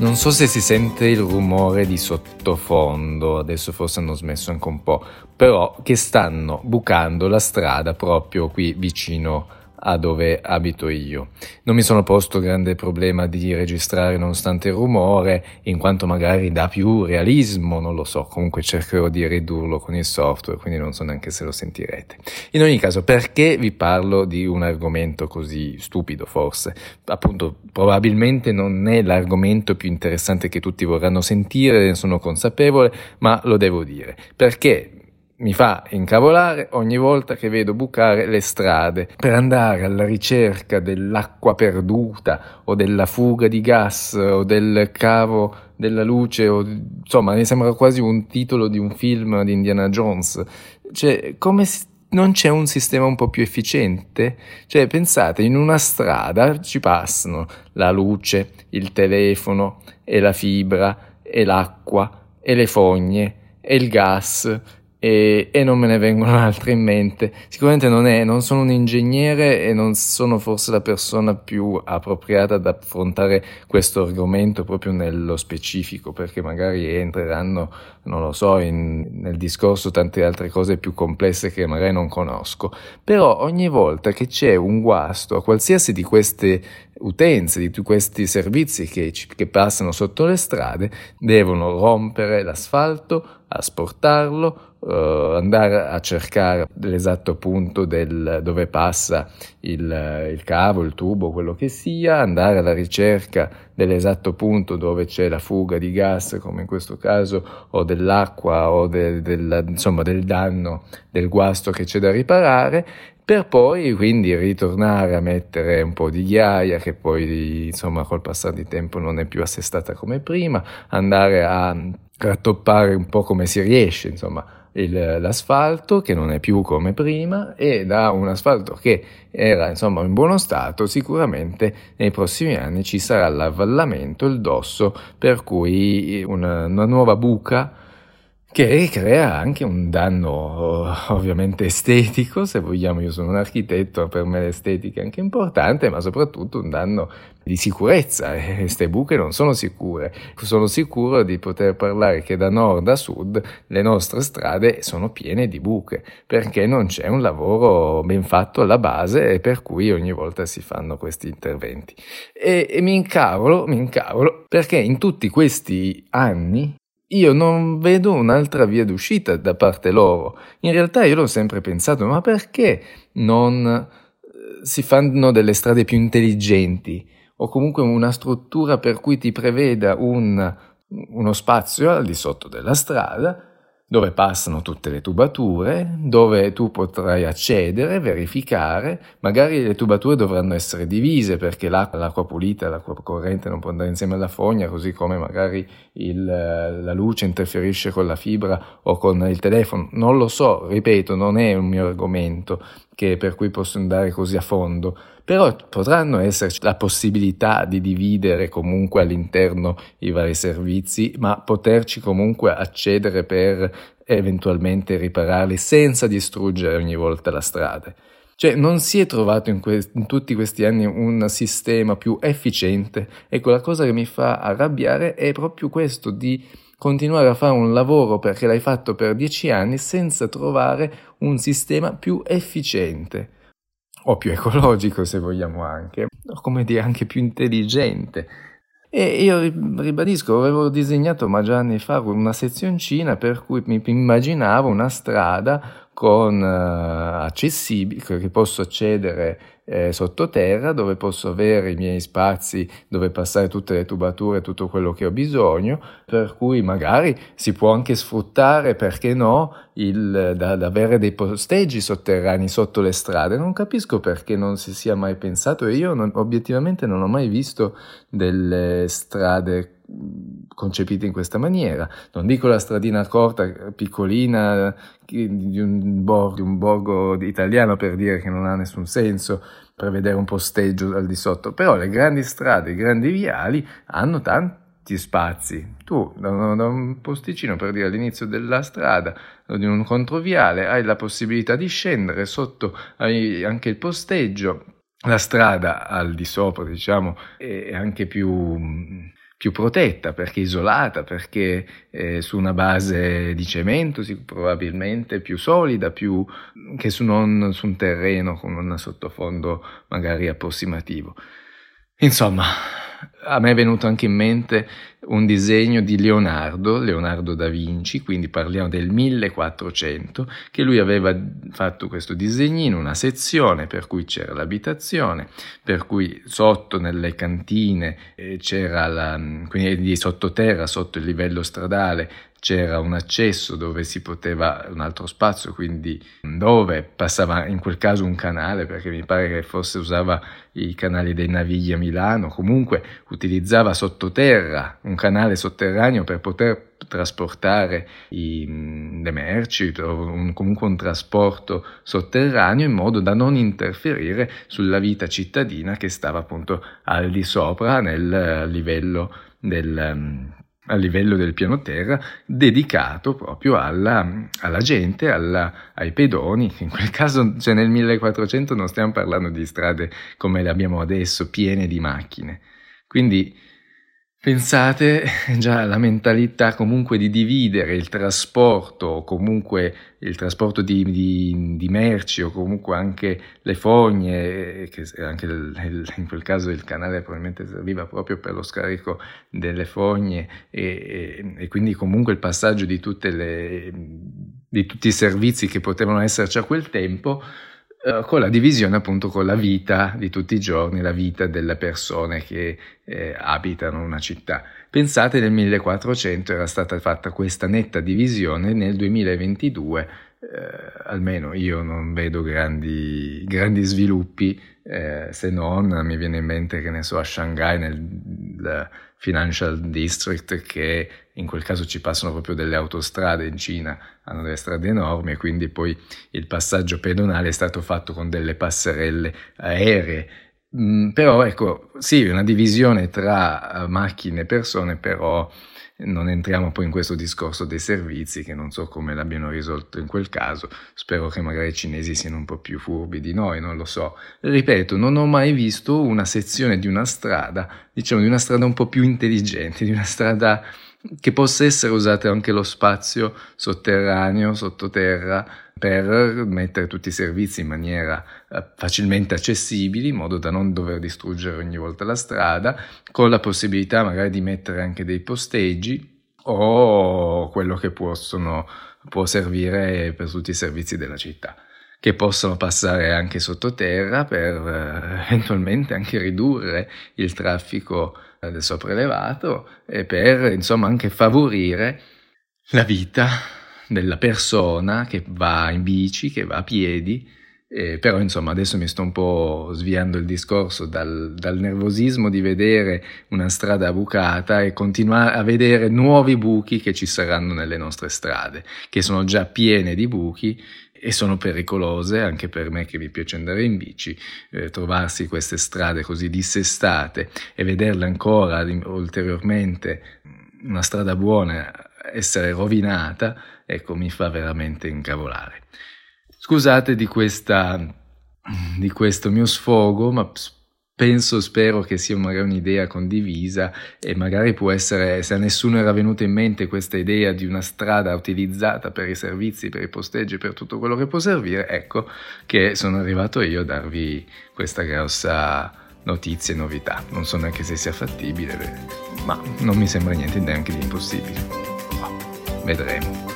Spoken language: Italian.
Non so se si sente il rumore di sottofondo, adesso forse hanno smesso anche un po', però che stanno bucando la strada proprio qui vicino a dove abito io. Non mi sono posto grande problema di registrare nonostante il rumore, in quanto magari dà più realismo, non lo so, comunque cercherò di ridurlo con il software, quindi non so neanche se lo sentirete. In ogni caso, perché vi parlo di un argomento così stupido forse? Appunto, probabilmente non è l'argomento più interessante che tutti vorranno sentire, ne sono consapevole, ma lo devo dire. Perché mi fa incavolare ogni volta che vedo bucare le strade per andare alla ricerca dell'acqua perduta o della fuga di gas o del cavo della luce, o insomma mi sembra quasi un titolo di un film di Indiana Jones. Cioè, non c'è un sistema un po' più efficiente? Cioè, pensate, in una strada ci passano la luce, il telefono e la fibra e l'acqua e le fogne e il gas e non me ne vengono altre in mente. Sicuramente non sono un ingegnere e non sono forse la persona più appropriata ad affrontare questo argomento proprio nello specifico, perché magari entreranno, non lo so, nel discorso tante altre cose più complesse che magari non conosco. Però ogni volta che c'è un guasto a qualsiasi di queste utenze, di tutti questi servizi che passano sotto le strade, devono rompere l'asfalto, asportarlo, andare a cercare l'esatto punto dove passa il cavo, il tubo, quello che sia, andare alla ricerca dell'esatto punto dove c'è la fuga di gas, come in questo caso, o dell'acqua o insomma del danno, del guasto che c'è da riparare, per poi quindi ritornare a mettere un po' di ghiaia che poi insomma col passare di tempo non è più assestata come prima, andare a rattoppare un po' come si riesce insomma l'asfalto che non è più come prima, e da un asfalto che era insomma in buono stato sicuramente nei prossimi anni ci sarà l'avvallamento, il dosso, per cui una nuova buca che crea anche un danno ovviamente estetico, se vogliamo. Io sono un architetto, per me l'estetica è anche importante, ma soprattutto un danno di sicurezza, e queste buche non sono sicure. Sono sicuro di poter parlare che da nord a sud le nostre strade sono piene di buche, perché non c'è un lavoro ben fatto alla base e per cui ogni volta si fanno questi interventi. E mi incavolo perché in tutti questi anni io non vedo un'altra via d'uscita da parte loro. In realtà io l'ho sempre pensato, ma perché non si fanno delle strade più intelligenti o comunque una struttura per cui ti preveda uno spazio al di sotto della strada dove passano tutte le tubature, dove tu potrai accedere, verificare, magari le tubature dovranno essere divise perché l'acqua pulita, l'acqua corrente non può andare insieme alla fogna, così come magari la luce interferisce con la fibra o con il telefono, non lo so, ripeto, non è un mio argomento per cui posso andare così a fondo, però potranno esserci la possibilità di dividere comunque all'interno i vari servizi, ma poterci comunque accedere per eventualmente ripararli senza distruggere ogni volta la strada. Cioè non si è trovato in tutti questi anni un sistema più efficiente. Ecco, la cosa che mi fa arrabbiare è proprio questo, di continuare a fare un lavoro perché l'hai fatto per 10 anni senza trovare un sistema più efficiente o più ecologico, se vogliamo, anche, o come dire anche più intelligente. E io ribadisco, avevo disegnato ma già anni fa una sezioncina per cui mi immaginavo una strada con accessibile, che posso accedere sottoterra, dove posso avere i miei spazi dove passare tutte le tubature, tutto quello che ho bisogno, per cui magari si può anche sfruttare, perché no, da avere dei posteggi sotterranei sotto le strade. Non capisco perché non si sia mai pensato, e io obiettivamente non ho mai visto delle strade concepite in questa maniera. Non dico la stradina corta, piccolina, di un borgo italiano, per dire che non ha nessun senso prevedere un posteggio al di sotto, però le grandi strade, i grandi viali hanno tanti spazi. Tu da un posticino, per dire, all'inizio della strada o di un controviale, hai la possibilità di scendere sotto, hai anche il posteggio. La strada al di sopra, diciamo, è anche più più protetta, perché isolata, perché su una base di cemento, probabilmente più solida, più che non su un terreno con un sottofondo magari approssimativo. Insomma, a me è venuto anche in mente un disegno di Leonardo da Vinci, quindi parliamo del 1400, che lui aveva fatto questo disegnino, una sezione per cui c'era l'abitazione, per cui sotto nelle cantine c'era quindi di sottoterra, sotto il livello stradale, c'era un accesso dove si poteva, un altro spazio, quindi dove passava in quel caso un canale, perché mi pare che forse usava i canali dei Navigli a Milano, comunque utilizzava sottoterra, un canale sotterraneo per poter trasportare le merci, comunque un trasporto sotterraneo, in modo da non interferire sulla vita cittadina che stava appunto al di sopra al livello del piano terra, dedicato proprio alla gente, ai pedoni. In quel caso, cioè nel 1400 non stiamo parlando di strade come le abbiamo adesso, piene di macchine. Quindi pensate già alla mentalità comunque di dividere il trasporto, o comunque il trasporto di merci, o comunque anche le fogne, che anche in quel caso il canale probabilmente serviva proprio per lo scarico delle fogne, e quindi comunque il passaggio di tutti i servizi che potevano esserci a quel tempo, con la divisione appunto con la vita di tutti i giorni, la vita delle persone che abitano una città. Pensate, nel 1400 era stata fatta questa netta divisione, nel 2022 almeno io non vedo grandi sviluppi, se non mi viene in mente, che ne so, a Shanghai nel Financial District, che in quel caso ci passano proprio delle autostrade. In Cina hanno delle strade enormi, e quindi poi il passaggio pedonale è stato fatto con delle passerelle aeree. Però ecco, sì, una divisione tra macchine e persone, però non entriamo poi in questo discorso dei servizi, che non so come l'abbiano risolto in quel caso. Spero che magari i cinesi siano un po' più furbi di noi, non lo so. Ripeto, non ho mai visto una sezione di una strada, diciamo di una strada un po' più intelligente, di una strada che possa essere usato anche lo spazio sotterraneo, sottoterra, per mettere tutti i servizi in maniera facilmente accessibili, in modo da non dover distruggere ogni volta la strada, con la possibilità magari di mettere anche dei posteggi o quello che può servire per tutti i servizi della città, che possono passare anche sottoterra per eventualmente anche ridurre il traffico del sopraelevato, e per insomma anche favorire la vita della persona che va in bici, che va a piedi. Però insomma adesso mi sto un po' sviando il discorso dal nervosismo di vedere una strada bucata e continuare a vedere nuovi buchi che ci saranno nelle nostre strade, che sono già piene di buchi e sono pericolose anche per me che mi piace andare in bici. Trovarsi queste strade così dissestate e vederle ancora ulteriormente, una strada buona, essere rovinata, ecco, mi fa veramente incavolare. Scusate di questo mio sfogo, ma spero che sia magari un'idea condivisa, e magari può essere, se a nessuno era venuta in mente questa idea di una strada utilizzata per i servizi, per i posteggi, per tutto quello che può servire, ecco che sono arrivato io a darvi questa grossa notizia e novità. Non so neanche se sia fattibile, ma non mi sembra niente neanche di impossibile. Vedremo.